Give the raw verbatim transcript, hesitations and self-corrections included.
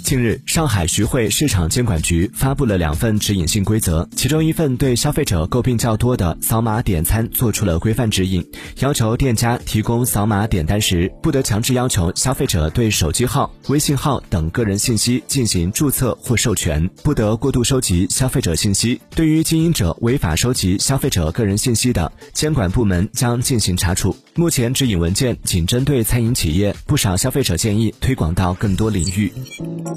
近日，上海徐汇市场监管局发布了两份指引性规则，其中一份对消费者诟病较多的扫码点餐做出了规范指引，要求店家提供扫码点单时，不得强制要求消费者对手机号、微信号等个人信息进行注册或授权，不得过度收集消费者信息。对于经营者违法收集消费者个人信息的，监管部门将进行查处。目前指引文件仅针对餐饮企业，不少消费者建议推广到更多领域。